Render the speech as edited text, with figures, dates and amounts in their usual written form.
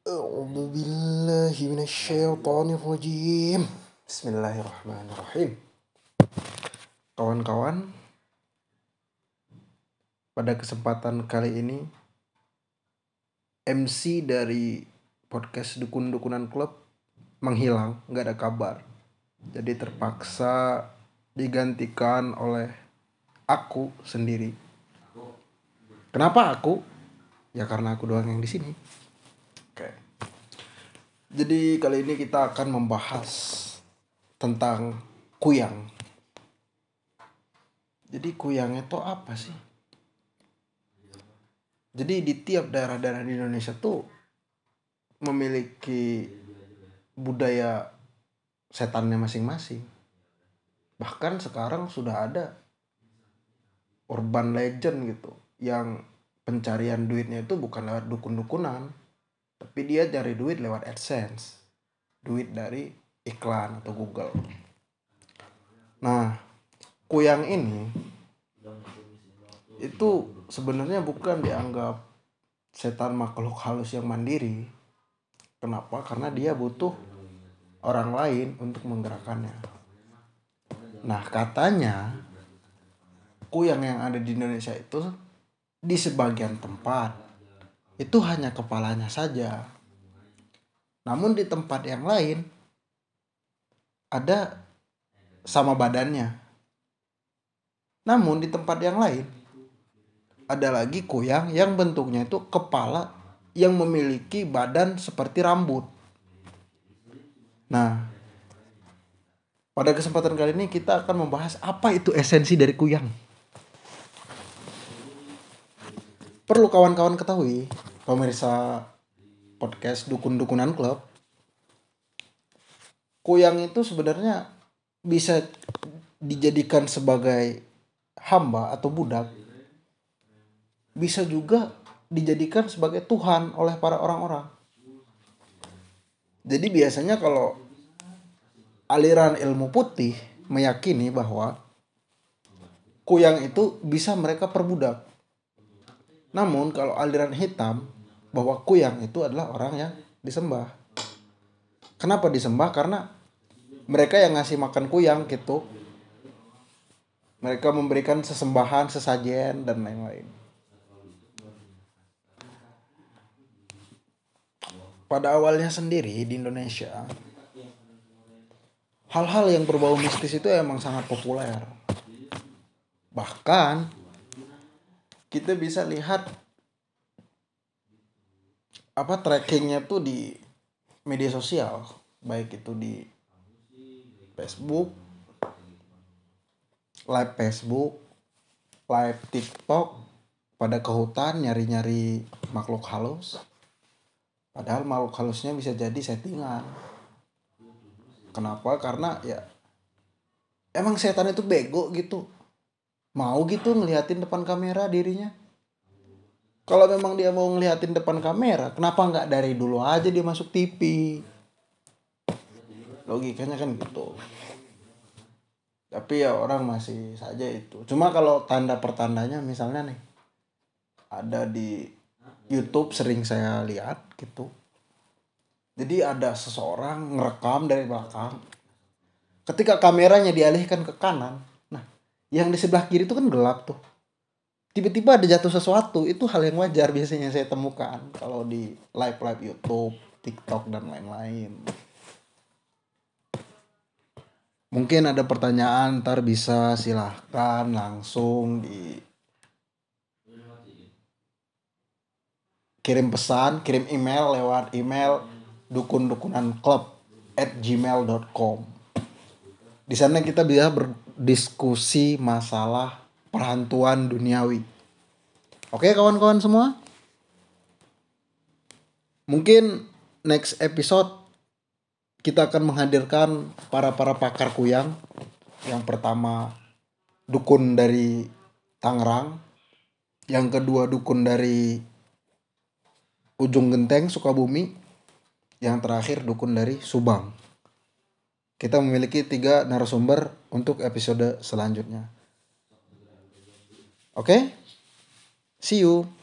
A'udzu billahi minasyaitonir rajim. Bismillahirrahmanirrahim. Kawan-kawan, pada kesempatan kali ini MC dari podcast Dukun-Dukunan Club menghilang, nggak ada kabar. Jadi terpaksa digantikan oleh aku sendiri. Kenapa aku? Ya karena aku doang yang di sini. Oke. Jadi kali ini kita akan membahas tentang kuyang. Jadi kuyang itu apa sih? Jadi di tiap daerah-daerah di Indonesia tuh memiliki budaya setannya masing-masing. Bahkan sekarang sudah ada urban legend gitu yang pencarian duitnya itu bukan lewat dukun-dukunan, tapi dia cari duit lewat AdSense, duit dari iklan atau Google. Nah, kuyang ini itu sebenarnya bukan dianggap setan makhluk halus yang mandiri. Kenapa? Karena dia butuh orang lain untuk menggerakkannya. Nah, katanya kuyang yang ada di Indonesia itu di sebagian tempat itu hanya kepalanya saja. Namun di tempat yang lain ada sama badannya. Namun di tempat yang lain ada lagi kuyang yang bentuknya itu kepala yang memiliki badan seperti rambut. Nah, pada kesempatan kali ini kita akan membahas apa itu esensi dari kuyang. Perlu kawan-kawan ketahui, pemirsa podcast Dukun-Dukunan Club, kuyang itu sebenarnya bisa dijadikan sebagai hamba atau budak, bisa juga dijadikan sebagai Tuhan oleh para orang-orang. Jadi biasanya kalau aliran ilmu putih meyakini bahwa kuyang itu bisa mereka perbudak. Namun kalau aliran hitam bahwa kuyang itu adalah orang yang disembah. Kenapa disembah? Karena mereka yang ngasih makan kuyang gitu. Mereka memberikan sesembahan, sesajen dan lain-lain. Pada awalnya sendiri di Indonesia, hal-hal yang berbau mistis itu emang sangat populer. Bahkan kita bisa lihat trackingnya tuh di media sosial, baik itu di Facebook, live TikTok, pada ke hutan nyari-nyari makhluk halus. Padahal makhluk halusnya bisa jadi settingan. Kenapa? Karena ya emang setan itu bego gitu. Mau gitu ngeliatin depan kamera dirinya. Kalau memang dia mau ngeliatin depan kamera, kenapa nggak dari dulu aja dia masuk TV? Logikanya kan gitu. Tapi ya orang masih saja itu. Cuma kalau tanda pertandanya misalnya nih, ada di YouTube sering saya lihat gitu. Jadi ada seseorang ngerekam dari belakang. Ketika kameranya dialihkan ke kanan, nah yang di sebelah kiri itu kan gelap tuh. Tiba-tiba ada jatuh sesuatu, itu hal yang wajar biasanya saya temukan kalau di live YouTube, TikTok dan lain-lain. Mungkin ada pertanyaan, ntar bisa silahkan langsung di kirim pesan, kirim email lewat email dukundukunanclub@gmail.com. Di sana kita bisa berdiskusi masalah perhantuan duniawi. Oke kawan-kawan semua? Mungkin next episode kita akan menghadirkan para pakar kuyang. Yang pertama dukun dari Tangerang, yang kedua dukun dari Ujung Genteng Sukabumi, yang terakhir dukun dari Subang. Kita memiliki 3 narasumber untuk episode selanjutnya. Oke? See you.